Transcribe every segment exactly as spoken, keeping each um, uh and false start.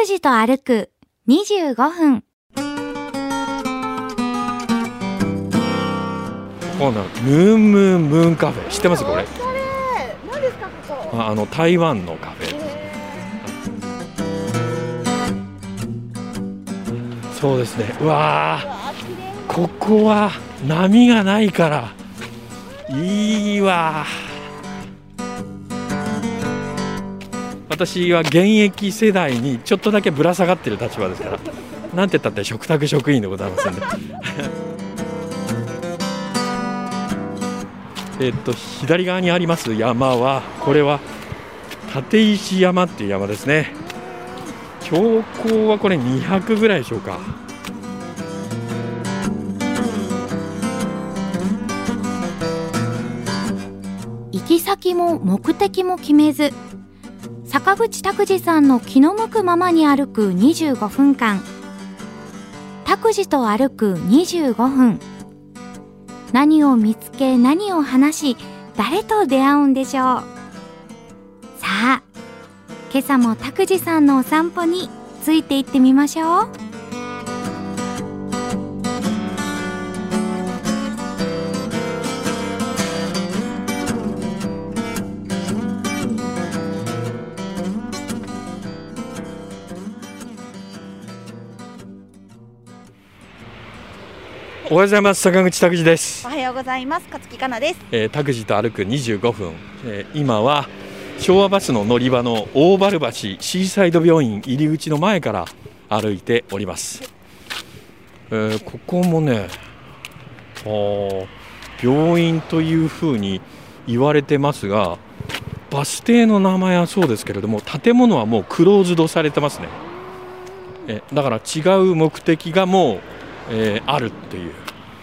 拓司と歩くにじゅうごふん。 このムーンムーンムーンカフェ知ってます？これ何ですかここ？ あの台湾のカフェ。そうですね。うわー、ここは波がないからいいわ。私は現役世代にちょっとだけぶら下がってる立場ですから、なんて言ったって食卓職員でございますんでえっと左側にあります山は、これは立石山っていう山ですね。標高はこれにひゃくぐらいでしょうか。 行き先も目的も決めず、坂口拓司さんの気の向くままに歩くにじゅうごふんかん。拓司と歩くにじゅうごふん。何を見つけ、何を話し、誰と出会うんでしょう。さあ、今朝も拓司さんのお散歩についていってみましょう。 おはようございます。坂口拓司です。 おはようございます。勝木かなです。 えー、拓司と歩くにじゅうごふん、えー、今は昭和バスの乗り場の大原橋シーサイド病院入り口の前から歩いております。えー、ここもね、あ病院というふうに言われてますが、バス停の名前はそうですけれども、建物はもうクローズドされてますね。えだから違う目的がもう、えー、あるっていう、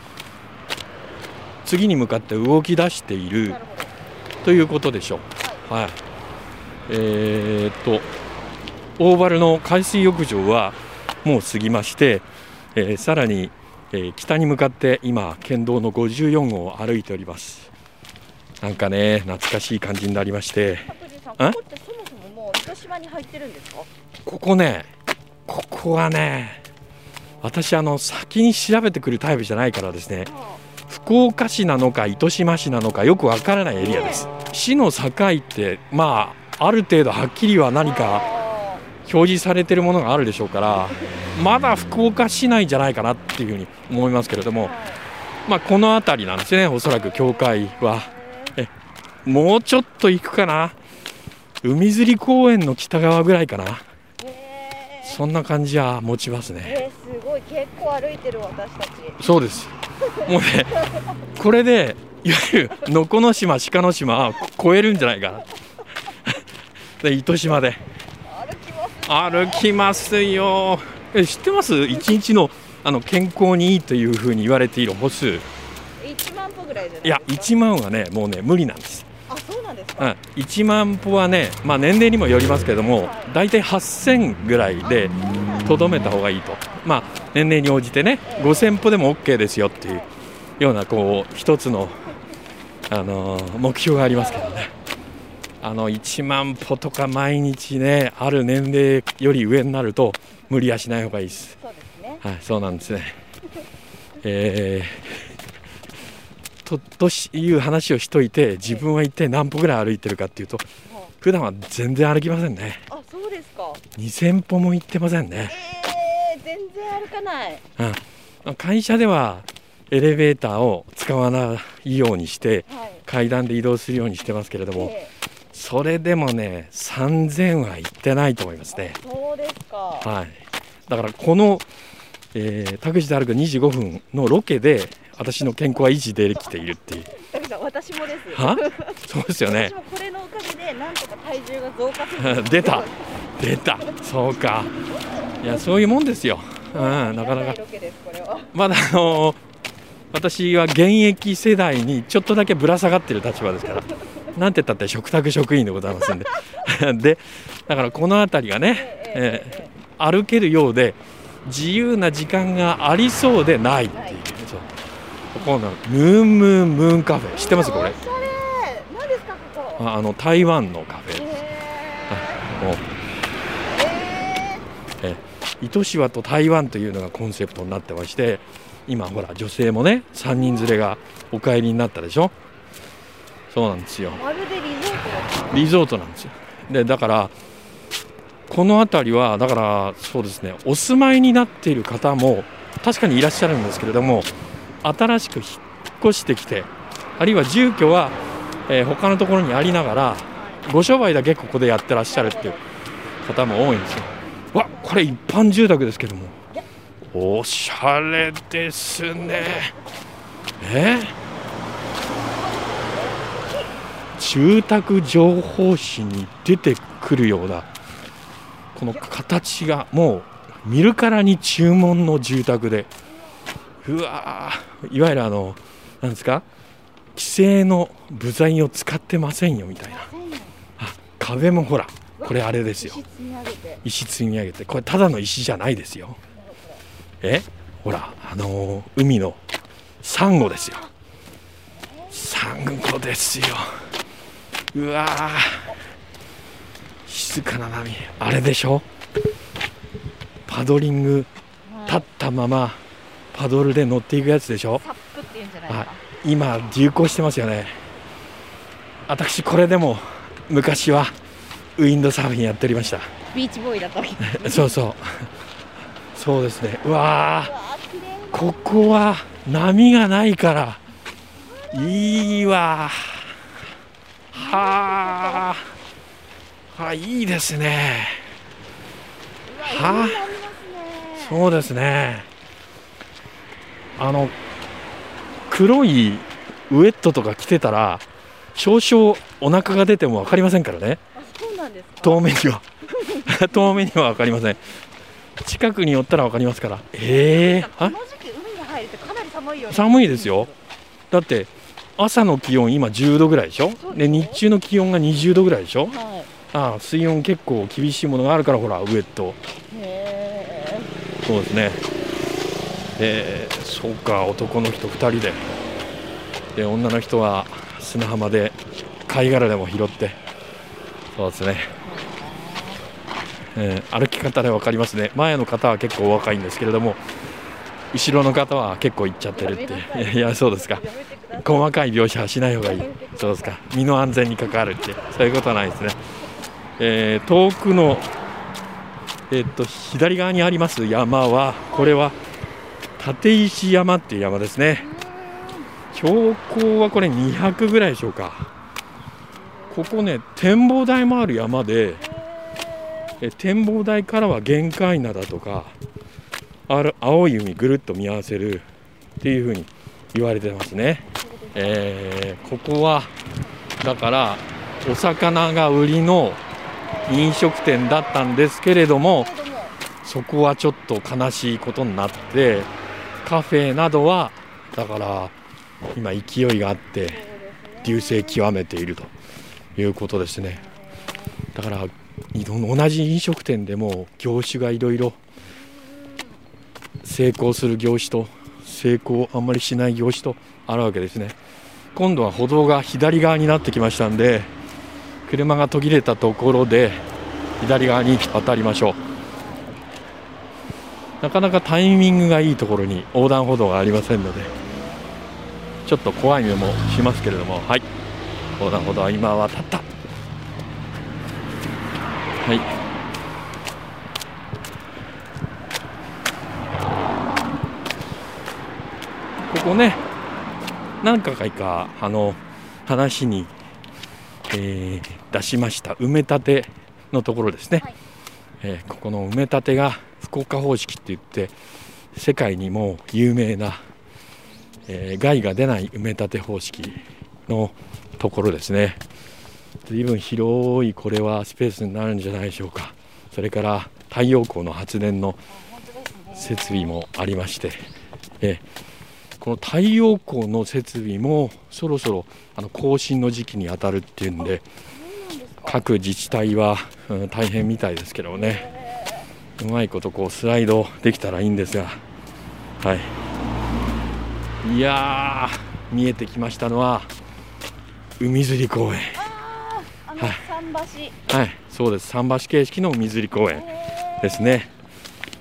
次に向かって動き出しているということでしょう。はい、えー、っと大原の海水浴場はもう過ぎまして、えー、さらに、えー、北に向かって今県道のごじゅうよんごうを歩いております。なんかね、懐かしい感じになりまして。 ここってそもそももう糸島に入ってるんですか？ ここね、ここはね、私あの先に調べてくるタイプじゃないからですね、福岡市なのか糸島市なのかよくわからないエリアです。市の境ってまあある程度はっきりは何か表示されているものがあるでしょうから、まだ福岡市内じゃないかなっていうふうに思いますけれども、まあこの辺りなんですね、おそらく教会は。えもうちょっと行くかな、海釣り公園の北側ぐらいかな、そんな感じは持ちますね。 えー、すごい、結構歩いてる私たち。 そうです。もうね、これでいわゆる能古島、鹿の島は超えるんじゃないかなで糸島で歩きます、 歩きますよ。え知ってます？いちにちの、あの健康にいいというふうに言われている歩数、 いちまんぽぐらいじゃないですか？ いやいちまんはね、もうね無理なんです。 あ、そうなんですか？ うん、いちまん歩はね、まあ、年齢にもよりますけども、だいたいはっせんぐらいでとどめた方がいいと。まあ年齢に応じてね、ごせん歩でも OK ですよっていうようなこう一つの、あのー、目標がありますけどね。あのいちまん歩とか毎日ね、ある年齢より上になると無理はしない方がいいです。 そうですね。 はい、そうなんですね。えー、と, という話をしといて、自分は一体何歩ぐらい歩いてるかっていうと、普段は全然歩きませんね。 あ、そうですか。 にせん歩も行ってませんね。 えー、全然歩かない。 うん、会社ではエレベーターを使わないようにして、 はい、 階段で移動するようにしてますけれども、 えー、 それでもねさんぜんは行ってないと思いますね。 そうですか。 はい、だからこの、えー、拓司で歩くにじゅうごふんのロケで私の健康は維持できているっていう。 私もです。 はそうですよね。 私もこれのおかげでなんとか体重が増加する出た出た、そうか。いや、そういうもんですよ。うん、なかなかまだあのー、私は現役世代にちょっとだけぶら下がってる立場ですから、なんて言ったって食卓職員でございますんででだからこの辺りがね、えー、歩けるようで自由な時間がありそうでないっていう、そうここのムーンムーンムーンカフェ知ってます？これおしゃれ。何ですかここ？ あの台湾のカフェです。 えもうええ糸島と台湾というのがコンセプトになってまして、今ほら女性もねさんにん連れがお帰りになったでしょ。そうなんですよ。 まるでリゾート。 リゾートなんですよ。でだからこの辺りはだからそうですね、お住まいになっている方も確かにいらっしゃるんですけれども、新しく引っ越してきて、あるいは住居は、えー、他のところにありながらご商売だけここでやってらっしゃるっていう方も多いんですよ。わ、これ一般住宅ですけどもおしゃれですね。え住宅情報誌に出てくるようなこの形がもう見るからに注文の住宅で、うわー、いわゆるあのなんですか、既製の部材を使ってませんよみたいな。あ、壁もほらこれあれですよ、 石積み上げて、 石積み上げて、これただの石じゃないですよ。えほらあのー、海のサンゴですよ。サンゴですよ。うわー、静かな波、あれでしょ、パドリング、立ったままパドルで乗っていくやつでしょ。 サップっていうんじゃないですか。 今流行してますよね。私これでも昔はウインドサーフィンやっておりました。 ビーチボーイだったわけですね。 そうそうそうですね。うわー、ここは波がないからいいわ。はあ、あ、いいですね。はあ、そうですね。あの黒いウエットとか着てたら少々お腹が出ても分かりませんからね。 あ、そうなんですか。 遠目には遠目には分かりません。近くに寄ったら分かりますから。えー、 この時期海に入るってかなり寒いよね。 寒いですよ。だって朝の気温今じゅうどぐらいでしょ。で日中の気温がにじゅうどぐらいでしょ。 はい、 ああ、水温結構厳しいものがあるから、ほらウエット。 へー、 そうですね。えー、そうか、男の人ふたりで、で女の人は砂浜で貝殻でも拾って、そうですね、えー、歩き方で分かりますね。前の方は結構若いんですけれども、後ろの方は結構行っちゃってるって。いや、そうですか。細かい描写はしない方がいい。そうですか。身の安全に関わるって、そういうことはないですね。えー、遠くの、えー、っと左側にあります山は、これは立石山っていう山ですね。標高はこれにひゃくぐらいでしょうか。ここね、展望台もある山で、え展望台からは玄界灘とかある青い海ぐるっと見合わせるっていう風に言われてますね。えー、ここはだからお魚が売りの飲食店だったんですけれども、そこはちょっと悲しいことになって、カフェなどはだから今勢いがあって隆盛極めているということですね。だから同じ飲食店でも業種がいろいろ、成功する業種と成功あんまりしない業種とあるわけですね。今度は歩道が左側になってきましたんで、車が途切れたところで左側に渡りましょう。なかなかタイミングがいいところに横断歩道がありませんので、ちょっと怖い目もしますけれども、はい、横断歩道は今渡った。はい、ここね、何回かあの話に、えー、出しました埋め立てのところですね。はい、えー、ここの埋め立てが福岡方式って言って、世界にも有名な、えー、害が出ない埋め立て方式のところですね。随分広いこれはスペースになるんじゃないでしょうか。それから太陽光の発電の設備もありまして、えー、この太陽光の設備もそろそろあの更新の時期に当たるっていうんで、各自治体は、うん、大変みたいですけどね、うまいことこうスライドできたらいいんですが、はい、いやー、見えてきましたのは海釣り公園。 あの桟橋、 はい、はい、そうです。桟橋形式の海釣り公園ですね。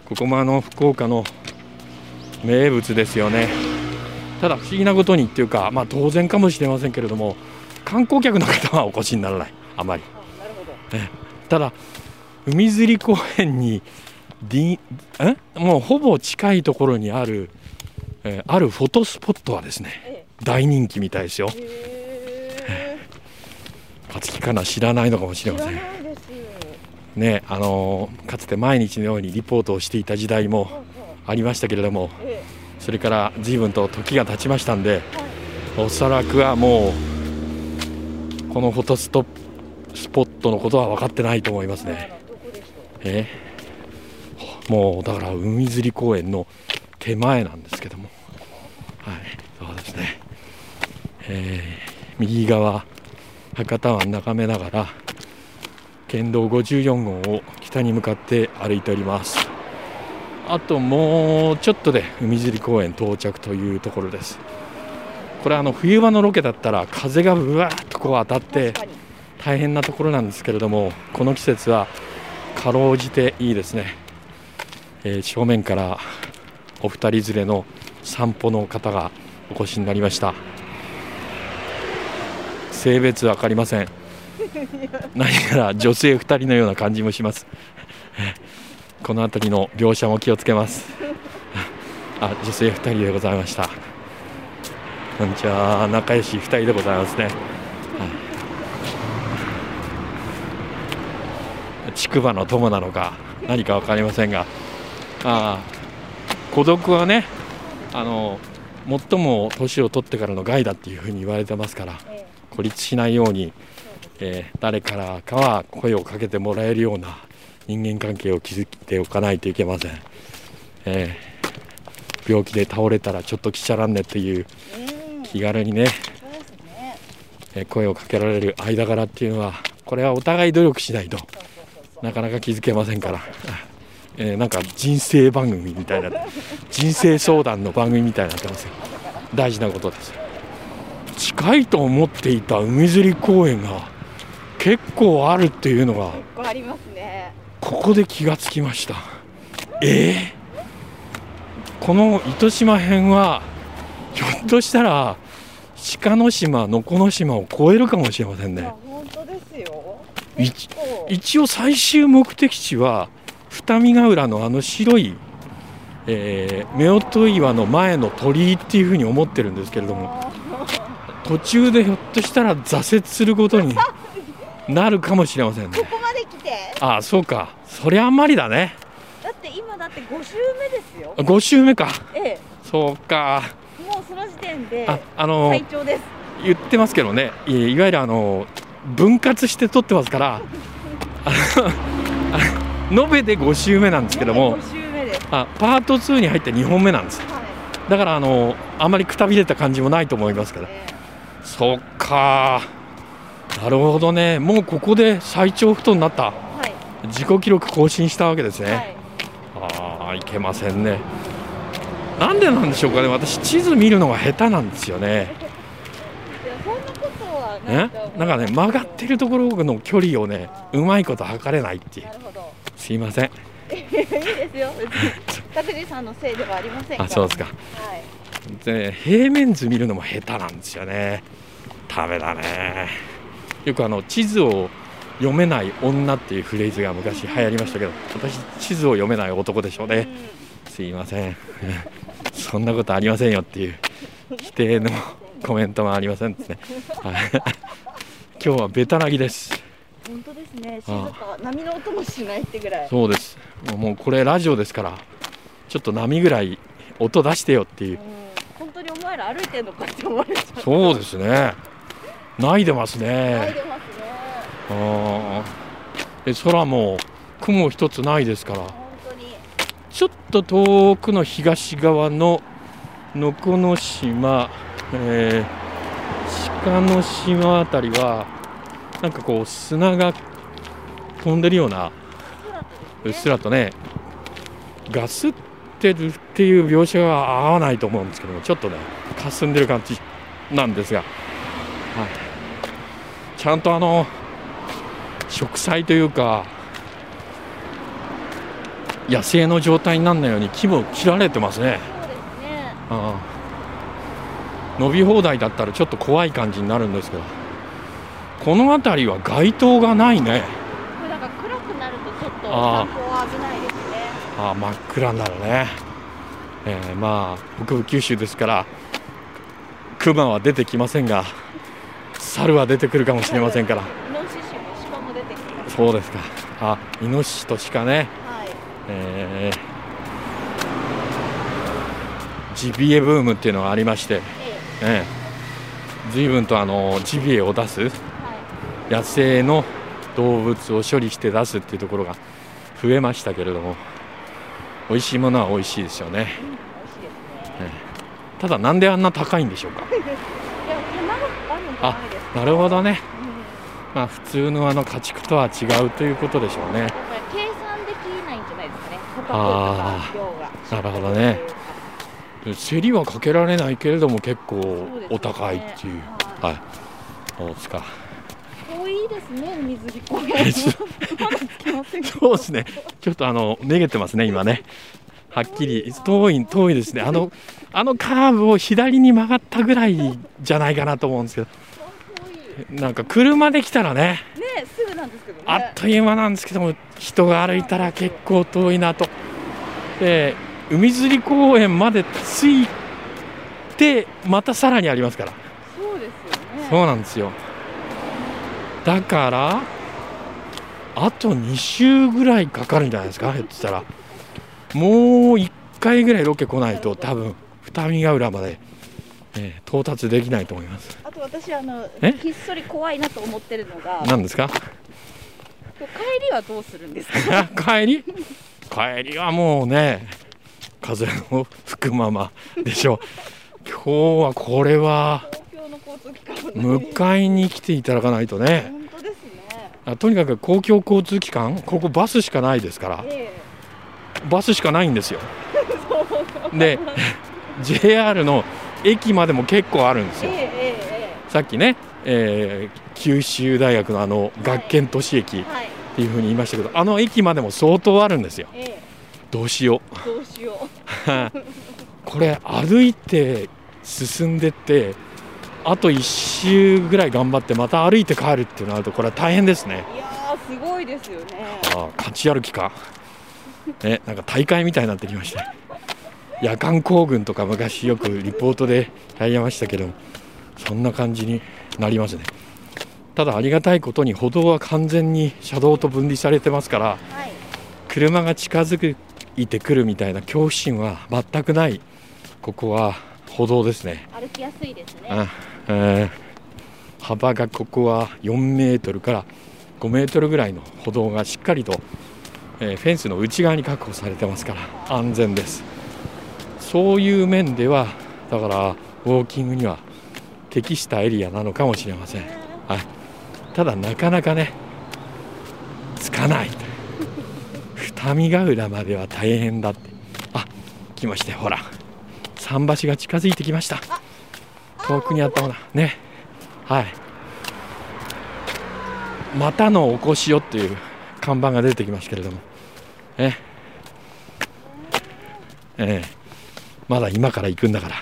ここもあの福岡の名物ですよね。ただ不思議なことにっていうか、まあ、当然かもしれませんけれども、観光客の方はお越しにならない、あまり。 なるほど。 えただ海釣り公園にディえもうほぼ近いところにある、えあるフォトスポットはですね、 え大人気みたいですよ。 え勝木かな知らないのかもしれー、 ません知らないです。 ね。あのーかつて毎日のようにリポートをしていた時代もそうそう。 ありましたけれども、 えそれから随分と時が経ちましたんで、 えはい。 おそらくはもうこのフォトストスポットのことは分かってないと思いますね。 どこでしょう。 えもうだから海釣り公園の手前なんですけども、はい、そうですね、えー右側博多湾眺めながら県道ごじゅうよん号を北に向かって歩いております。あともうちょっとで海釣り公園到着というところです。これあの冬場のロケだったら風がうわーっとこう当たって確かに。 大変なところなんですけれども、この季節はかろうじていいですね。えー正面からお二人連れの散歩の方がお越しになりました。性別わかりません。何やら女性ふたりのような感じもします。この辺りの描写も気をつけます。あ、女性ふたりでございました。こんにちは。仲良しふたりでございますね。はい、竹馬の友なのか何か分かりませんが、あ孤独はね、あの最も年を取ってからの害だっていうふうに言われてますから、 え孤立しないように、えー誰からかは声をかけてもらえるような人間関係を築いておかないといけません。えー病気で倒れたらちょっと来ちゃらんねっていうえうん。 気軽にね、 そうですね。 えー声をかけられる間柄っていうのは、これはお互い努力しないとそうそうそうそう。 なかなか気づけませんから、えーなんか人生番組みたいな、人生相談の番組みたいになってますよ。大事なことです。近いと思っていた海釣り公園が結構あるっていうのが結構ありますね。 ここで気がつきました。えー、この糸島編はひょっとしたら鹿の島、能古の島を超えるかもしれませんね。 いや本当ですよ。 い結構一応最終目的地は二見ヶ浦のあの白い、えー、夫婦岩の前の鳥居っていうふうに思ってるんですけれども、 あ途中でひょっとしたら挫折することになるかもしれませんね。 ここまで来て、 ああ、そうか、そりゃあんまりだね。 だって今だってご週目ですよ。 ご週目か。 えそうか。 え、もうその時点であ、あの最長です。 言ってますけどね、いいわゆるあの分割して撮ってますからあの延べでご週目なんですけども、 ご週目です。 あパートツーに入ってにほんめなんです。 はい。 だからあのあまりくたびれた感じもないと思いますから。 えそっか、なるほどね。もうここで最長不倒になった、 えはい自己記録更新したわけですね。 はい。 ああ、いけませんね。なんでなんでしょうかね。私地図見るのが下手なんですよね。 いやそんなことはなねいと思う。 なんかね、曲がってるところの距離をね、うまいこと測れないっていう。 なるほど。 すいません。 いいですよ。別に拓司さんのせいではありませんから。 あ、そうですか。 はい。 でね、平面図見るのも下手なんですよね。ダメだね。よくあの地図を読めない女っていうフレーズが昔流行りましたけど、私地図を読めない男でしょうね。すいません。そんなことありませんよっていう否定のコメントもありませんですね。はい、今日はベタなぎです。 本当ですね。静あか、波の音もしないってぐらい。 そうです。もうこれラジオですから、ちょっと波ぐらい音出してよっていう。 うん、本当にお前ら歩いてんのかって思われちゃう。 そうですね。ないでます泣いね。 てますね。 あで空も雲一つないですから、 本当に。 ちょっと遠くの東側の能古の島、えー、鹿の島あたりはなんかこう砂が飛んでるような、うっすらとね、ガスってるっていう描写が合わないと思うんですけども、ちょっとね霞んでる感じなんですが、はい、ちゃんとあの植栽というか野生の状態にならないように木も切られてますね。 そうですね。 ああ、伸び放題だったらちょっと怖い感じになるんですけど、この辺りは街灯がないね。 これなんか暗くなるとちょっとあー散歩は危ないですね。 ああ、真っ暗になるね。えー、まあ北部九州ですからクマは出てきませんが猿は出てくるかもしれませんから。 イノシシも鹿も出てきます。 そうですか。あ、イノシシと鹿ね、 はい。 えー、ジビエブームっていうのがありまして、 えええ、随分とあのジビエを出すえ、はい。 野生の動物を処理して出すっていうところが増えましたけれども、美味しいものは美味しいですよね。 うん、美味しいですね。 ええ、ただなんであんな高いんでしょうか。 いや、山があるんじゃないですか。 なるほどね。 うん。 まあ普通のあの家畜とは違うということでしょうね。 やっぱり計算できないんじゃないですかね。価格とあか量が。 なるほどね。競りはかけられないけれども結構そうですねお高いっていう。 はい。 はい。そうですか。 遠いですね、海釣り公園。まだつきませんけど。 そうですね。ちょっとあのめげてますね今ね。はっきり遠い遠いですね。あのあのカーブを左に曲がったぐらいじゃないかなと思うんですけど、 遠い。 なんか車で来たらね、 ね、すぐなんですけどね。 あっという間なんですけども、人が歩いたら結構遠いなと。で、海釣り公園まで着いてまたさらにありますから。 そうですよね。 そうなんですよ。だからあとに週ぐらいかかるんじゃないですか。ひょっとしたらもういっかいぐらいロケ来ないと多分二見ヶ浦まで、えー到達できないと思います。 あと私あのえひっそり怖いなと思ってるのが、 何ですか。 帰りはどうするんですか。 帰り帰りはもうね、風の吹くままでしょう。今日はこれは公共の交通機関もない迎えに来ていただかないとね。 本当ですね。 あ、とにかく公共交通機関、ここバスしかないですから、 えバスしかないんですよ。 えそうで ジェイアール の駅までも結構あるんですよ。 ええええさっきね、えー九州大学のあの学研都市駅っええはいていう風に言いましたけど、あの駅までも相当あるんですよ。 ええどうしよう。 どうしよう。 これ歩いて進んでってあといっ周ぐらい頑張ってまた歩いて帰るっていうのはこれは大変ですね。 いやーすごいですよね。 ああ、勝ち歩きか、ね、なんか大会みたいになってきました。夜間行軍とか昔よくリポートでやりましたけど、そんな感じになりますね。ただありがたいことに歩道は完全に車道と分離されてますから、 はい。 車が近づいてくるみたいな恐怖心は全くない。ここは歩道ですね。 歩きやすいですね。 あ、えー幅がここはよんメートルからごメートルぐらいの歩道がしっかりと、えーフェンスの内側に確保されてますから安全です。そういう面ではだからウォーキングには適したエリアなのかもしれません。はい、ただなかなかねつかない。二見ヶ浦までは大変だって。あ、来ましたよ、ほら桟橋が近づいてきました。遠くにあったものね。はい、またのおこしよっていう看板が出てきますけれども、えええまだ今から行くんだから、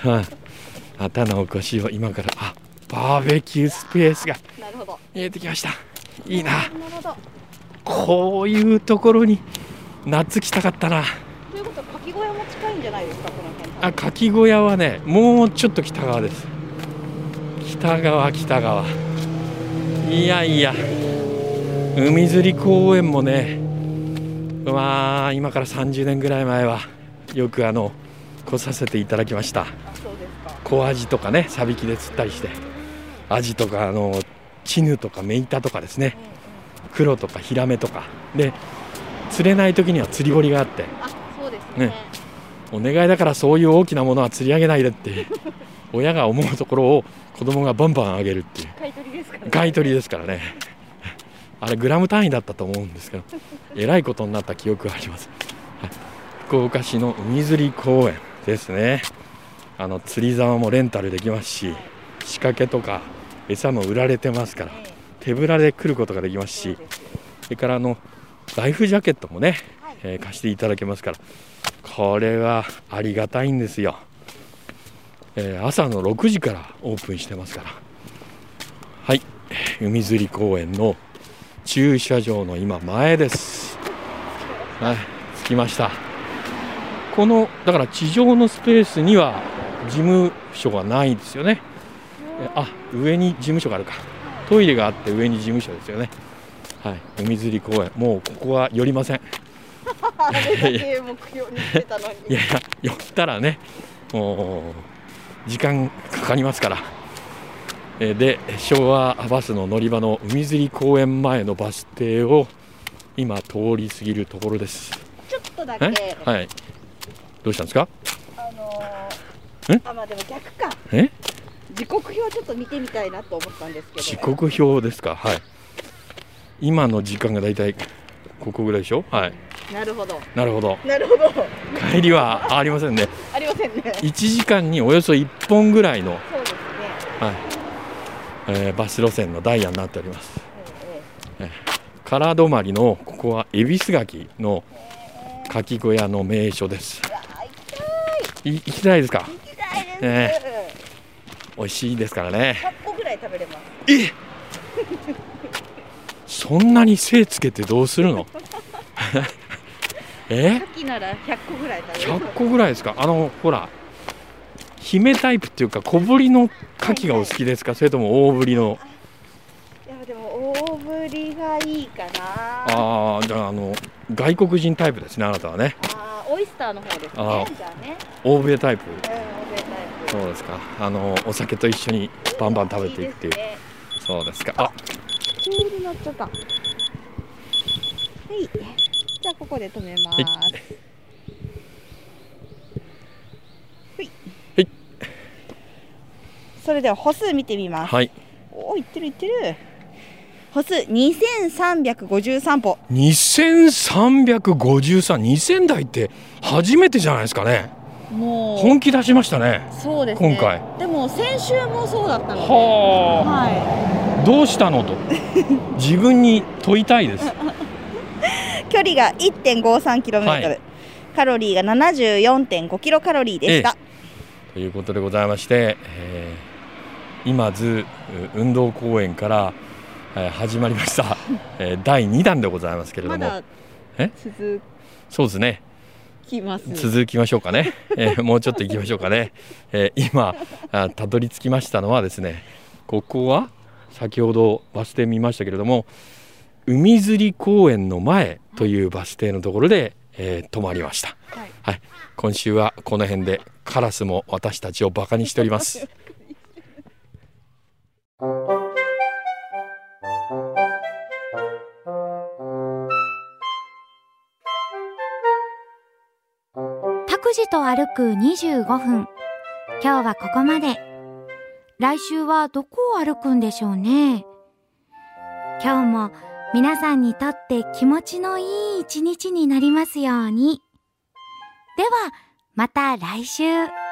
はい、またのおこしよ今から。あ、バーベキュースペースがなるほど。 見えてきました。いいな、 なるほど。 こういうところに夏来たかったな。 ということは、かき小屋も近いんじゃないですか、この辺。 あ、かき小屋はねもうちょっと北側です。北側北側。いやいや海釣り公園もね、まあ今からさんじゅうねんぐらい前はよくあの来させていただきました。 あ、そうですか。 小アジとかね、サビキで釣ったりして、アジとかあのチヌとかメイタとかですね、黒とかヒラメとかで釣れない時には釣り堀があって、 あ、そうですね。 ね、お願いだからそういう大きなものは釣り上げないでって親が思うところを子供がバンバン上げるっていう。 買い取りですからね。 買い取りですからね。あれグラム単位だったと思うんですけど、えらいことになった記憶があります。はい、福岡市の海釣り公園ですね。あの釣り竿もレンタルできますし、仕掛けとか餌も売られてますから、手ぶらで来ることができますし、それからあのライフジャケットもね、 えー、貸していただけますから、これはありがたいんですよ。えー、朝のろくじからオープンしてますから。はい、海釣り公園の駐車場の今前です。はい、着きました。このだから地上のスペースには事務所がないですよね。あ、上に事務所があるか。トイレがあって上に事務所ですよね。はい、海釣り公園、もうここは寄りません。 あれだけ目標にしてたのに。 いやいや、寄ったらね、もう時間かかりますから。で、昭和バスの乗り場の海釣り公園前のバス停を今通り過ぎるところです。 ちょっとだけ、 はい、どうしたんですか？ あのー、あ、まあでも逆か。 え？ 時刻表ちょっと見てみたいなと思ったんですけど。 時刻表ですか？はい。今の時間がだいたいここぐらいでしょ？はい。 なるほど。 なるほど。 なるほど。 帰りはありませんね。 ありませんね。 いちじかんにおよそいっぽんぐらいの、 そうですね。 はい、えー、バス路線のダイヤになっております。ええ、唐止まりのここは恵比寿柿のかき小屋の名所です。い行きたいですか？ 行きたいです。 えー、美味しいですからね。 はっこぐらい食べれます。 えそんなに精つけてどうするの？え牡蠣ならひゃっこぐらい食べれます。 ひゃっこぐらいですか？あのほら姫タイプっていうか小ぶりの牡蠣がお好きですか？はいはい、それとも大ぶりの？ いやでも大ぶりがいいかな。 ああ、じゃあ、あの外国人タイプですね、あなたはね。 ああ、オイスターの方ですね。じゃあね。 欧米タイプ。 うん、欧米タイプ。 そうですか。あのお酒と一緒にバンバン食べていくっていう。いいね、そうですか。あ、 プール乗っちゃった。はい。じゃあここで止めます。はい。はい。 はい。 それでは歩数見てみます。 はい。 おお、いってるいってる。歩数にせんさんびゃくごじゅうさん歩。 にせんさんびゃくごじゅうさん、にせん台って初めてじゃないですかね。もう本気出しましたね。 そうですね。今回。でも先週もそうだったので。はあ。はい。 どうしたのと自分に問いたいです。 距離が いってんごさんキロメートル、はい、カロリーが ななじゅうよんてんごキロカロリーでした、 ええ、ということでございまして、えー、今津運動公園から、えー、始まりました、えー、だいにだんでございますけれども、まだえ続そうですね、 きます続きましょうかね、えー、もうちょっと行きましょうかね、えー、今あたどり着きましたのはですね、ここは先ほどバス停見ましたけれども、海釣り公園の前というバス停のところで、えー、止まりました、はいはい、今週はこの辺でカラスも私たちをバカにしております拓司と歩くにじゅうごふん、今日はここまで。来週はどこを歩くんでしょうね。今日も皆さんにとって気持ちのいい一日になりますように。では、また来週。